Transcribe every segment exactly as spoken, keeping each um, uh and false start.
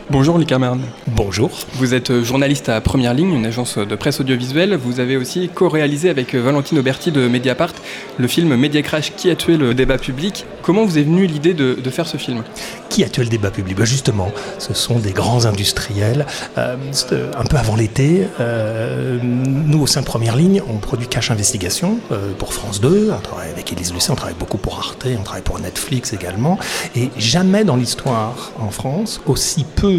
Bonjour Lucas Merne. Bonjour. Vous êtes journaliste à Première Ligne, une agence de presse audiovisuelle. Vous avez aussi co-réalisé avec Valentine Auberti de Mediapart le film Média Crash, qui a tué le débat public. Comment vous est venue l'idée de, de faire ce film ? Qui a tué le débat public ? Ben justement, ce sont des grands industriels. Euh, un peu avant l'été, euh, nous au sein de Première Ligne, on produit Cash Investigation euh, pour France deux. On travaille avec Élise Lucet, on travaille beaucoup pour Arte, on travaille pour Netflix également. Et jamais dans l'histoire en France, aussi peu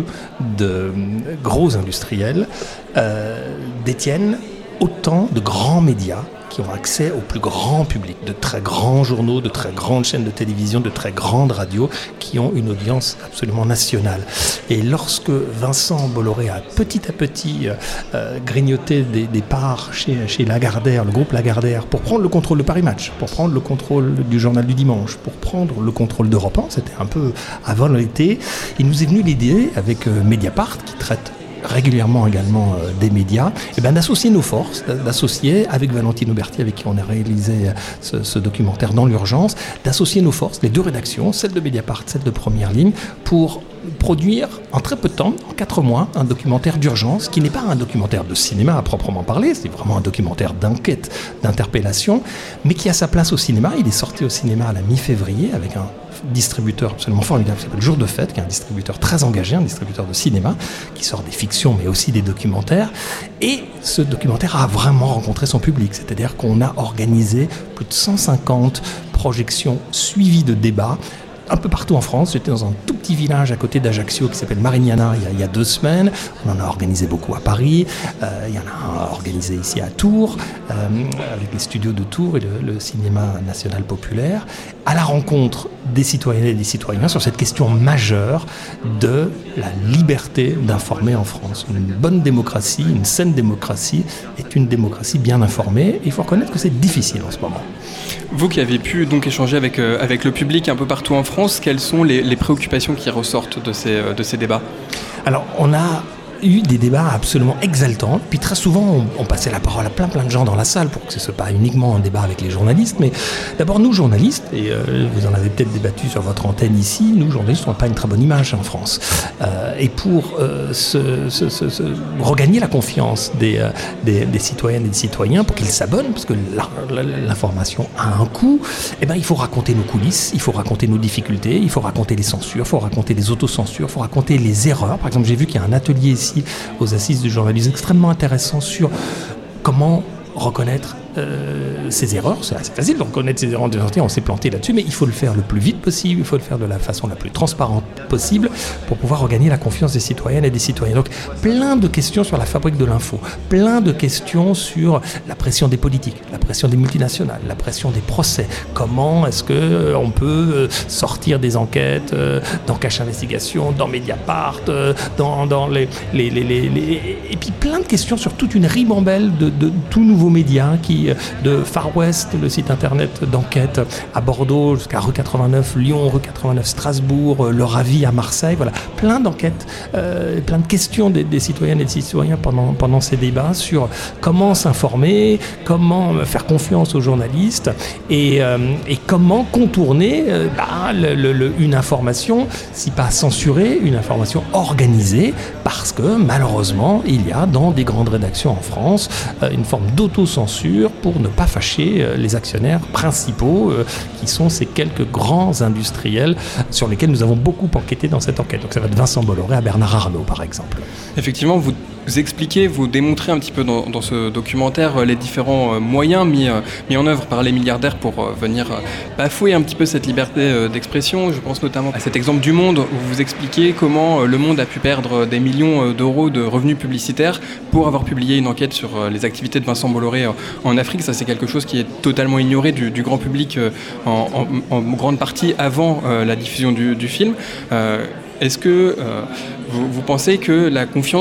de gros industriels euh, détiennent autant de grands médias qui ont accès au plus grand public, de très grands journaux, de très grandes chaînes de télévision, de très grandes radios qui ont une audience absolument nationale. Et lorsque Vincent Bolloré a petit à petit euh, grignoté des, des parts chez, chez Lagardère, le groupe Lagardère, pour prendre le contrôle de Paris Match, pour prendre le contrôle du Journal du Dimanche, pour prendre le contrôle d'Europe un, c'était un peu avant l'été, il nous est venu l'idée avec euh, Mediapart, qui traite régulièrement également euh, des médias, et ben d'associer nos forces, d'associer avec Valentine Auberti, avec qui on a réalisé ce, ce documentaire dans l'urgence, d'associer nos forces, les deux rédactions, celle de Mediapart, celle de Première Ligne, pour produire en très peu de temps, en quatre mois, un documentaire d'urgence qui n'est pas un documentaire de cinéma à proprement parler, c'est vraiment un documentaire d'enquête, d'interpellation, mais qui a sa place au cinéma. Il est sorti au cinéma à la mi-février avec un distributeur absolument formidable qui s'appelle Jour de Fête, qui est un distributeur très engagé, un distributeur de cinéma, qui sort des fictions mais aussi des documentaires. Et ce documentaire a vraiment rencontré son public, c'est-à-dire qu'on a organisé plus de cent cinquante projections suivies de débats un peu partout en France. J'étais dans un tout petit village à côté d'Ajaccio qui s'appelle Marignana il y, a, il y a deux semaines. On en a organisé beaucoup à Paris. Euh, il y en a un organisé ici à Tours, euh, avec les studios de Tours et le, le cinéma national populaire, à la rencontre des citoyennes et des citoyens sur cette question majeure de la liberté d'informer en France. Une bonne démocratie, une saine démocratie est une démocratie bien informée. Et il faut reconnaître que c'est difficile en ce moment. Vous qui avez pu donc échanger avec, euh, avec le public un peu partout en France, quelles sont les, les préoccupations qui ressortent de ces, de ces débats ? Alors, on a eu des débats absolument exaltants, puis très souvent on, on passait la parole à plein plein de gens dans la salle pour que ce ne soit pas uniquement un débat avec les journalistes, mais d'abord nous journalistes, et euh, vous en avez peut-être débattu sur votre antenne ici, nous journalistes on n'a pas une très bonne image en France, euh, et pour euh, se, se, se, se regagner la confiance des, euh, des, des citoyennes et des citoyens, pour qu'ils s'abonnent, parce que la, la, l'information a un coût, eh ben, il faut raconter nos coulisses, il faut raconter nos difficultés, il faut raconter les censures, il faut raconter les autocensures, il faut raconter les erreurs. Par exemple, j'ai vu qu'il y a un atelier ici aux assises du journalisme extrêmement intéressant sur comment reconnaître euh, ses erreurs. C'est assez facile de reconnaître ses erreurs, on s'est planté là-dessus, mais il faut le faire le plus vite possible, il faut le faire de la façon la plus transparente possible pour pouvoir regagner la confiance des citoyennes et des citoyens. Donc plein de questions sur la fabrique de l'info, plein de questions sur la pression des politiques, la pression des multinationales, la pression des procès. Comment est-ce qu'on euh, peut sortir des enquêtes euh, dans Cash Investigation, dans Mediapart, euh, dans, dans les, les, les, les, les... Et puis plein de questions sur toute une ribambelle de, de tout nouveaux médias qui de Far West, le site internet d'enquête à Bordeaux jusqu'à rue quatre-vingt-neuf, Lyon, rue quatre-vingt-neuf, Strasbourg, Le Ravi à Marseille, voilà, plein d'enquêtes, euh, plein de questions des, des citoyennes et des citoyens pendant, pendant ces débats sur comment s'informer, comment faire confiance aux journalistes et, euh, et comment contourner euh, bah, le, le, le, une information, si pas censurée, une information organisée, parce que malheureusement, il y a dans des grandes rédactions en France euh, une forme d'autocensure pour ne pas fâcher les actionnaires principaux qui sont ces quelques grands industriels sur lesquels nous avons beaucoup enquêté dans cette enquête. Donc ça va de Vincent Bolloré à Bernard Arnault par exemple. Effectivement, vous Vous expliquez, vous démontrez un petit peu dans, dans ce documentaire les différents moyens mis, mis en œuvre par les milliardaires pour venir bafouer un petit peu cette liberté d'expression. Je pense notamment à cet exemple du Monde où vous expliquez comment le Monde a pu perdre des millions d'euros de revenus publicitaires pour avoir publié une enquête sur les activités de Vincent Bolloré en Afrique. Ça, c'est quelque chose qui est totalement ignoré du, du grand public en, en, en grande partie avant la diffusion du, du film. Euh, est-ce que euh, vous, vous pensez que la confiance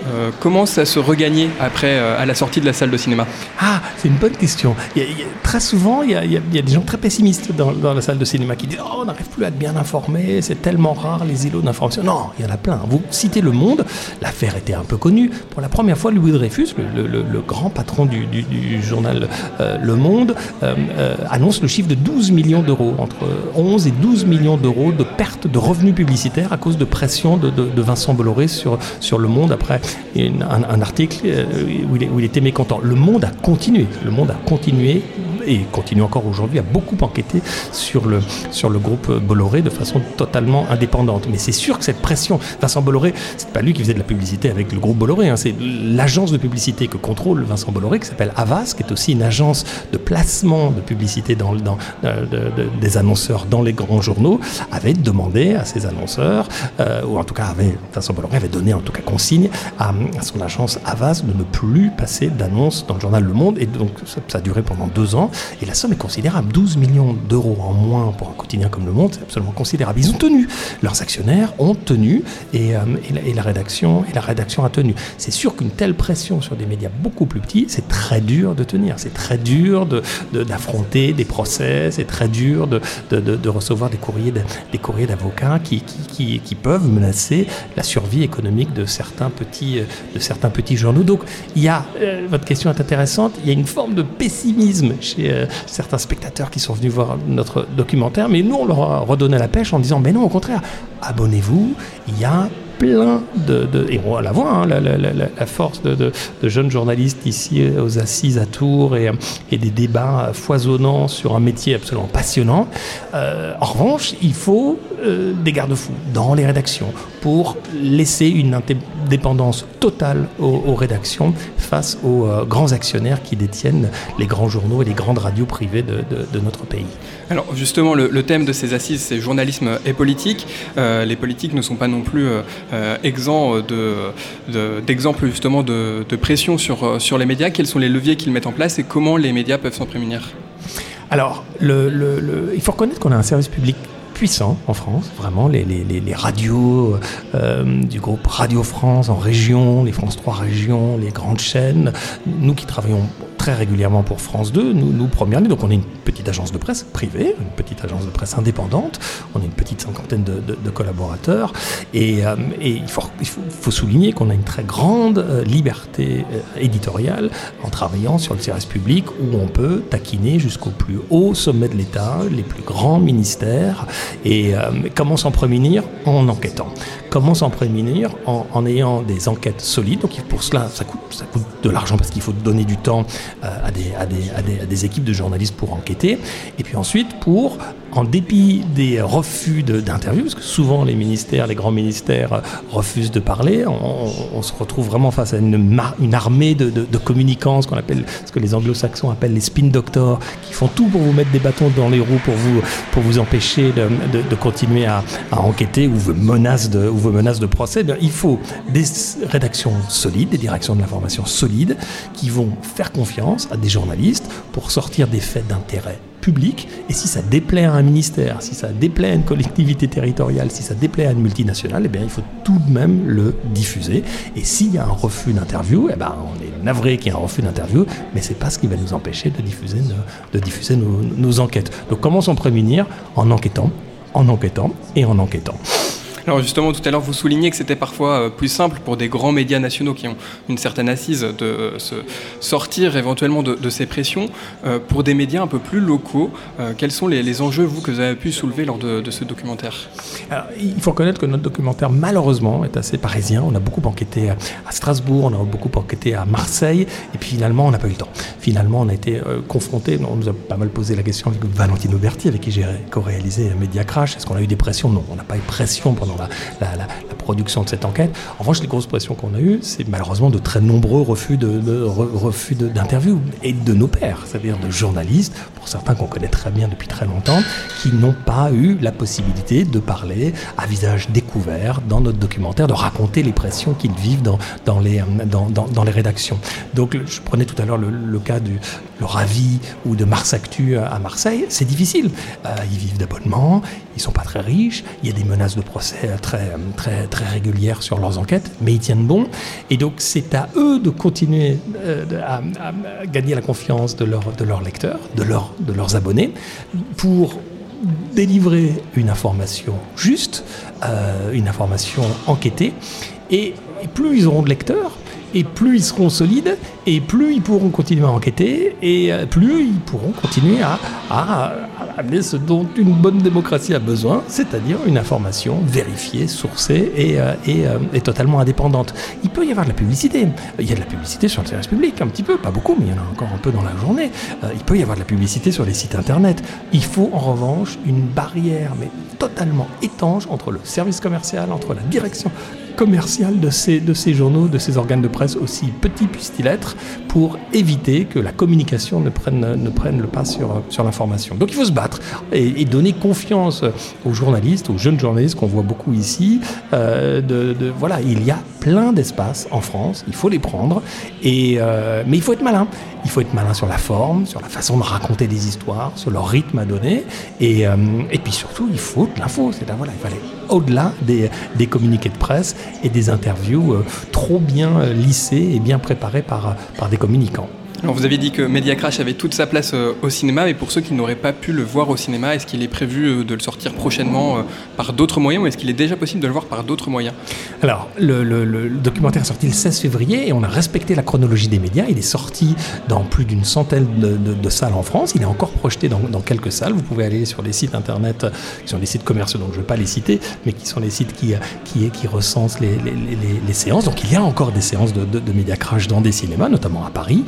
euh, commencent à se regagner après, euh, à la sortie de la salle de cinéma? Ah, c'est une bonne question. Il y a, il y a, très souvent, il y, a, il, y a, il y a des gens très pessimistes dans, dans la salle de cinéma qui disent « Oh, on n'arrive plus à être bien informé, c'est tellement rare les îlots d'information. » Non, il y en a plein. Vous citez Le Monde, l'affaire était un peu connue. Pour la première fois, Louis Dreyfus, le, le, le grand patron du, du, du journal euh, Le Monde, euh, euh, annonce le chiffre de douze millions d'euros, entre onze et douze millions d'euros de pertes de revenus publicitaires à cause de pression de, de, de Vincent Bolloré sur, sur Le Monde après une, un, un article où il, où il était mécontent. Le Monde a continué, le Monde a continué et continue encore aujourd'hui à beaucoup enquêter sur le, sur le groupe Bolloré de façon totalement indépendante. Mais c'est sûr que cette pression, Vincent Bolloré, c'est pas lui qui faisait de la publicité avec le groupe Bolloré, hein, c'est l'agence de publicité que contrôle Vincent Bolloré, qui s'appelle Havas, qui est aussi une agence de placement de publicité dans, dans, de, de, des annonceurs dans les grands journaux, avait demandé à ses annonceurs, euh, ou en tout cas avait, Vincent Bolloré avait donné en tout cas consigne à, à son agence Havas de ne plus passer d'annonces dans le journal Le Monde, et donc ça, ça a duré pendant deux ans. Et la somme est considérable, douze millions d'euros en moins pour un quotidien comme Le Monde, c'est absolument considérable. Ils ont tenu, leurs actionnaires ont tenu, et, euh, et, la, et, la rédaction, et la rédaction a tenu. C'est sûr qu'une telle pression sur des médias beaucoup plus petits, c'est très dur de tenir, c'est très dur de, de, d'affronter des procès, c'est très dur de, de, de, de recevoir des courriers, de, des courriers d'avocats qui, qui, qui, qui peuvent menacer la survie économique de certains petits, de certains petits journaux. Donc, il y a, euh, votre question est intéressante, il y a une forme de pessimisme chez euh, certains spectateurs qui sont venus voir notre documentaire, mais nous on leur a redonné la pêche en disant mais non, au contraire, abonnez-vous, il y a plein de, de et on la voit, hein, la, la, la, la force de, de, de jeunes journalistes ici aux Assises à Tours et, et des débats foisonnants sur un métier absolument passionnant. Euh, en revanche, il faut euh, des garde-fous dans les rédactions pour laisser une indépendance totale aux, aux rédactions face aux euh, grands actionnaires qui détiennent les grands journaux et les grandes radios privées de, de, de notre pays. Alors justement, le, le thème de ces assises, c'est journalisme et politique. Euh, les politiques ne sont pas non plus euh, Euh, exempt de, de, d'exemples justement de, de pression sur, sur les médias. Quels sont les leviers qu'ils mettent en place et comment les médias peuvent s'en prémunir? Alors, le, le, le, il faut reconnaître qu'on a un service public puissant en France, vraiment, les, les, les radios euh, du groupe Radio France en région, les France trois régions, les grandes chaînes, nous qui travaillons très régulièrement pour France deux, nous, nous première ligne, donc on est une petite agence de presse privée, une petite agence de presse indépendante, on est une petite cinquantaine de, de, de collaborateurs, et, euh, et il, faut, il faut, faut souligner qu'on a une très grande euh, liberté euh, éditoriale en travaillant sur le service public où on peut taquiner jusqu'au plus haut sommet de l'État, les plus grands ministères. Et euh, comment s'en prémunir? En enquêtant. Comment s'en prémunir? En, en ayant des enquêtes solides. Donc pour cela, ça coûte, ça coûte de l'argent parce qu'il faut donner du temps euh, à, des, à, des, à, des, à des équipes de journalistes pour enquêter. Et puis ensuite, pour, en dépit des refus de, d'interviews, parce que souvent les ministères, les grands ministères refusent de parler, on, on, on se retrouve vraiment face à une, mar, une armée de, de, de communicants, ce qu'on appelle, ce que les anglo-saxons appellent les spin doctors, qui font tout pour vous mettre des bâtons dans les roues, pour vous, pour vous empêcher de De, de continuer à, à enquêter ou vos menaces de, ou vos menaces de procès. Bien, il faut des rédactions solides, des directions de l'information solides qui vont faire confiance à des journalistes pour sortir des faits d'intérêt public. Et si ça déplaît à un ministère, si ça déplaît à une collectivité territoriale, si ça déplaît à une multinationale, eh bien, il faut tout de même le diffuser. Et s'il y a un refus d'interview, eh ben, on est navré qu'il y ait un refus d'interview, mais c'est pas ce qui va nous empêcher de diffuser nos, de diffuser nos, nos enquêtes. Donc comment s'en prémunir? En enquêtant, en enquêtant et en enquêtant. Alors justement, tout à l'heure, vous soulignez que c'était parfois plus simple pour des grands médias nationaux qui ont une certaine assise de se sortir éventuellement de, de ces pressions. Euh, pour des médias un peu plus locaux, euh, quels sont les, les enjeux, vous, que vous avez pu soulever lors de, de ce documentaire? Alors, il faut reconnaître que notre documentaire, malheureusement, est assez parisien. On a beaucoup enquêté à Strasbourg, on a beaucoup enquêté à Marseille, et puis finalement, on n'a pas eu le temps. Finalement, on a été euh, confrontés, on nous a pas mal posé la question avec Valentino Berti, avec qui j'ai co-réalisé Media Crash. Est-ce qu'on a eu des pressions? Non, on n'a pas eu de pression pendant La, la, la, la production de cette enquête. En revanche, les grosses pressions qu'on a eues, c'est malheureusement de très nombreux refus, de, de, re, refus de, d'interviews et de nos pairs, c'est-à-dire de journalistes, pour certains qu'on connaît très bien depuis très longtemps, qui n'ont pas eu la possibilité de parler à visage découvert dans notre documentaire, de raconter les pressions qu'ils vivent dans, dans, les, dans, dans, dans les rédactions. Donc, je prenais tout à l'heure le, le cas du le Ravi ou de Mars Actu à Marseille. C'est difficile. Euh, ils vivent d'abonnements, ils sont pas très riches, il y a des menaces de procès très, très, très régulière sur leurs enquêtes, mais ils tiennent bon. Et donc, c'est à eux de continuer euh, à, à gagner la confiance de, leur, de leurs lecteurs, de, leur, de leurs abonnés, pour délivrer une information juste, euh, une information enquêtée. Et, et plus ils auront de lecteurs, et plus ils seront solides, et plus ils pourront continuer à enquêter, et plus ils pourront continuer à, à, à amener ce dont une bonne démocratie a besoin, c'est-à-dire une information vérifiée, sourcée et, et, et totalement indépendante. Il peut y avoir de la publicité. Il y a de la publicité sur le service public, un petit peu, pas beaucoup, mais il y en a encore un peu dans la journée. Il peut y avoir de la publicité sur les sites internet. Il faut en revanche une barrière, mais totalement étanche, entre le service commercial, entre la direction commerciale de ces, de ces journaux, de ces organes de presse, aussi petits puissent-ils être, pour éviter que la communication ne prenne, ne prenne le pas sur, sur l'information. Donc il faut se battre et, et donner confiance aux journalistes, aux jeunes journalistes qu'on voit beaucoup ici. Euh, de, de, voilà, il y a plein d'espaces en France, il faut les prendre, et, euh, mais il faut être malin. Il faut être malin sur la forme, sur la façon de raconter des histoires, sur leur rythme à donner, et, euh, et puis surtout, il faut de l'info. C'est-à-dire, voilà, il faut aller au-delà des, des communiqués de presse et des interviews euh, trop bien euh, lissées et bien préparées par, par des communicants. Alors vous aviez dit que Media Crash avait toute sa place euh, au cinéma, mais pour ceux qui n'auraient pas pu le voir au cinéma, est-ce qu'il est prévu euh, de le sortir prochainement euh, par d'autres moyens, ou est-ce qu'il est déjà possible de le voir par d'autres moyens ? Alors, le, le, le documentaire est sorti le seize février et on a respecté la chronologie des médias. Il est sorti dans plus d'une centaine de, de, de salles en France. Il est encore projeté dans, dans quelques salles. Vous pouvez aller sur les sites internet, qui sont des sites commerciaux, donc je ne vais pas les citer, mais qui sont les sites qui, qui, qui recensent les, les, les, les séances. Donc il y a encore des séances de, de, de Media Crash dans des cinémas, notamment à Paris.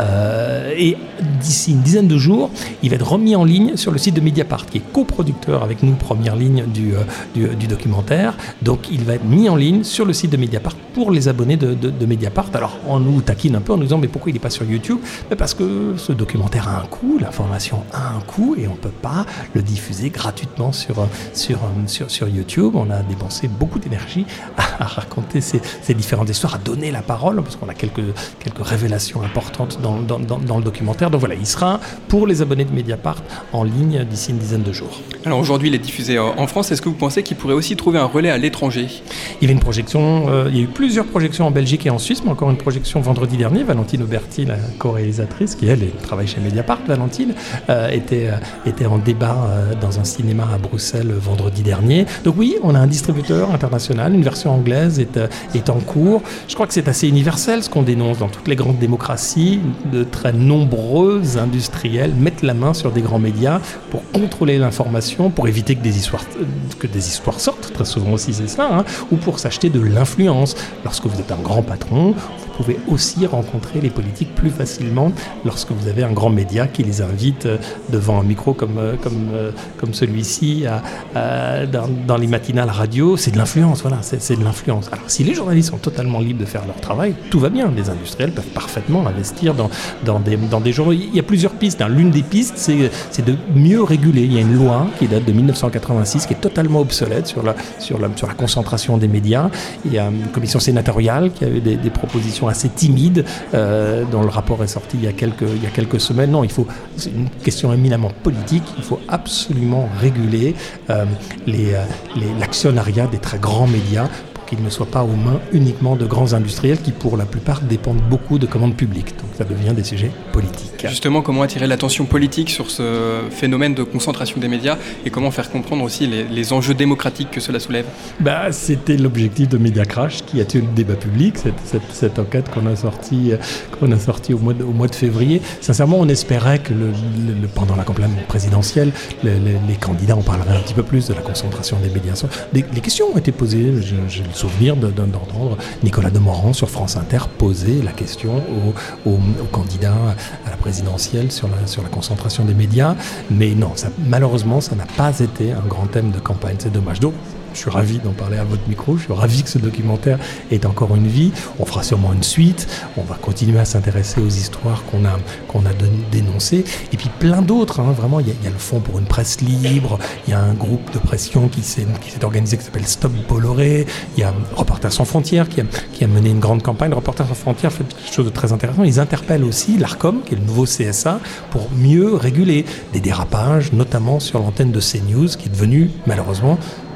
Euh, et d'ici une dizaine de jours, il va être remis en ligne sur le site de Mediapart, qui est coproducteur avec nous, première ligne du, euh, du, du documentaire. Donc il va être mis en ligne sur le site de Mediapart pour les abonnés de, de, de Mediapart. Alors on nous taquine un peu en nous disant mais pourquoi il n'est pas sur YouTube ? Mais parce que ce documentaire a un coût, l'information a un coût et on ne peut pas le diffuser gratuitement sur, sur, sur, sur YouTube. On a dépensé beaucoup d'énergie à, à raconter ces, ces différentes histoires, à donner la parole, parce qu'on a quelques, quelques révélations importantes dans, dans, dans, dans le documentaire. Donc voilà, il sera pour les abonnés de Mediapart en ligne d'ici une dizaine de jours. Alors aujourd'hui il est diffusé en France, est-ce que vous pensez qu'il pourrait aussi trouver un relais à l'étranger ? Il y avait une projection, euh, il y a eu plusieurs projections en Belgique et en Suisse, mais encore une projection vendredi dernier. Valentine Auberti, la co-réalisatrice, qui elle travaille chez Mediapart, Valentine, euh, était, euh, était en débat euh, dans un cinéma à Bruxelles vendredi dernier. Donc oui, on a un distributeur international, une version anglaise est, euh, est en cours. Je crois que c'est assez universel ce qu'on dénonce dans toutes les grandes démocraties. De très nombreux industriels mettent la main sur des grands médias pour contrôler l'information, pour éviter que des histoires, que des histoires sortent, très souvent aussi c'est ça, hein, ou pour s'acheter de l'influence. Lorsque vous êtes un grand patron, vous pouvez aussi rencontrer les politiques plus facilement lorsque vous avez un grand média qui les invite devant un micro comme, comme, comme celui-ci à, à, dans, dans les matinales radio. C'est de l'influence, voilà, c'est, c'est de l'influence. Alors si les journalistes sont totalement libres de faire leur travail, tout va bien. Les industriels peuvent parfaitement investir dans, dans, des, dans des journaux. Il y a plusieurs pistes, hein. L'une des pistes, c'est, c'est de mieux réguler. Il y a une loi qui date de dix-neuf cent quatre-vingt-six qui est totalement obsolète sur la, sur la, sur la concentration des médias. Il y a une commission sénatoriale qui a eu des, des propositions assez timides, euh, dont le rapport est sorti il y a quelques, il y a quelques semaines. Non, il faut, c'est une question éminemment politique. Il faut absolument réguler euh, les, les, l'actionnariat des très grands médias pour qu'ils ne soient pas aux mains uniquement de grands industriels qui, pour la plupart, dépendent beaucoup de commandes publiques. Donc ça devient des sujets politiques. Justement, comment attirer l'attention politique sur ce phénomène de concentration des médias et comment faire comprendre aussi les, les enjeux démocratiques que cela soulève ? Bah, c'était l'objectif de Media Crash qui a tué le débat public, cette, cette, cette enquête qu'on a sortie, qu'on a sortie au, mois de, au mois de février. Sincèrement, on espérait que le, le, pendant la campagne présidentielle, le, le, les candidats en parleraient un petit peu plus de la concentration des médias. Des, les questions ont été posées. J'ai, j'ai le souvenir de, de, d'entendre Nicolas Demorand sur France Inter poser la question aux, aux, aux candidats à la présidentielle sur la, sur la concentration des médias. Mais non, ça, malheureusement, ça n'a pas été un grand thème de campagne. C'est dommage. Donc, je suis ravi d'en parler à votre micro, je suis ravi que ce documentaire ait encore une vie. On fera sûrement une suite, on va continuer à s'intéresser aux histoires qu'on a, qu'on a dénoncées. Et puis plein d'autres, hein, vraiment, il y, y a le Fonds pour une presse libre, il y a un groupe de pression qui s'est, qui s'est organisé qui s'appelle Stop Bolloré, il y a Reporters sans frontières qui a, qui a mené une grande campagne. Reporters sans frontières fait quelque chose de très intéressant, ils interpellent aussi l'Arcom, qui est le nouveau C S A, pour mieux réguler des dérapages, notamment sur l'antenne de CNews, qui est devenue malheureusement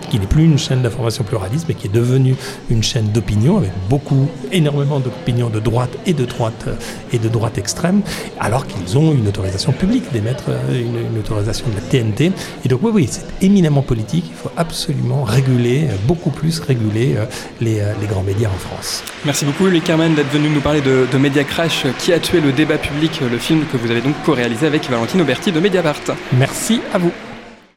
qui n'est plus une chaîne d'information pluraliste, mais qui est devenue une chaîne d'opinion, avec beaucoup, énormément d'opinions de droite et de droite et de droite extrême, alors qu'ils ont une autorisation publique d'émettre une, une autorisation de la T N T. Et donc oui, oui, c'est éminemment politique. Il faut absolument réguler, beaucoup plus réguler les, les grands médias en France. Merci beaucoup, Loïc Herman, d'être venu nous parler de, de Média Crash, qui a tué le débat public, le film que vous avez donc co-réalisé avec Valentine Auberti de Mediapart. Merci à vous.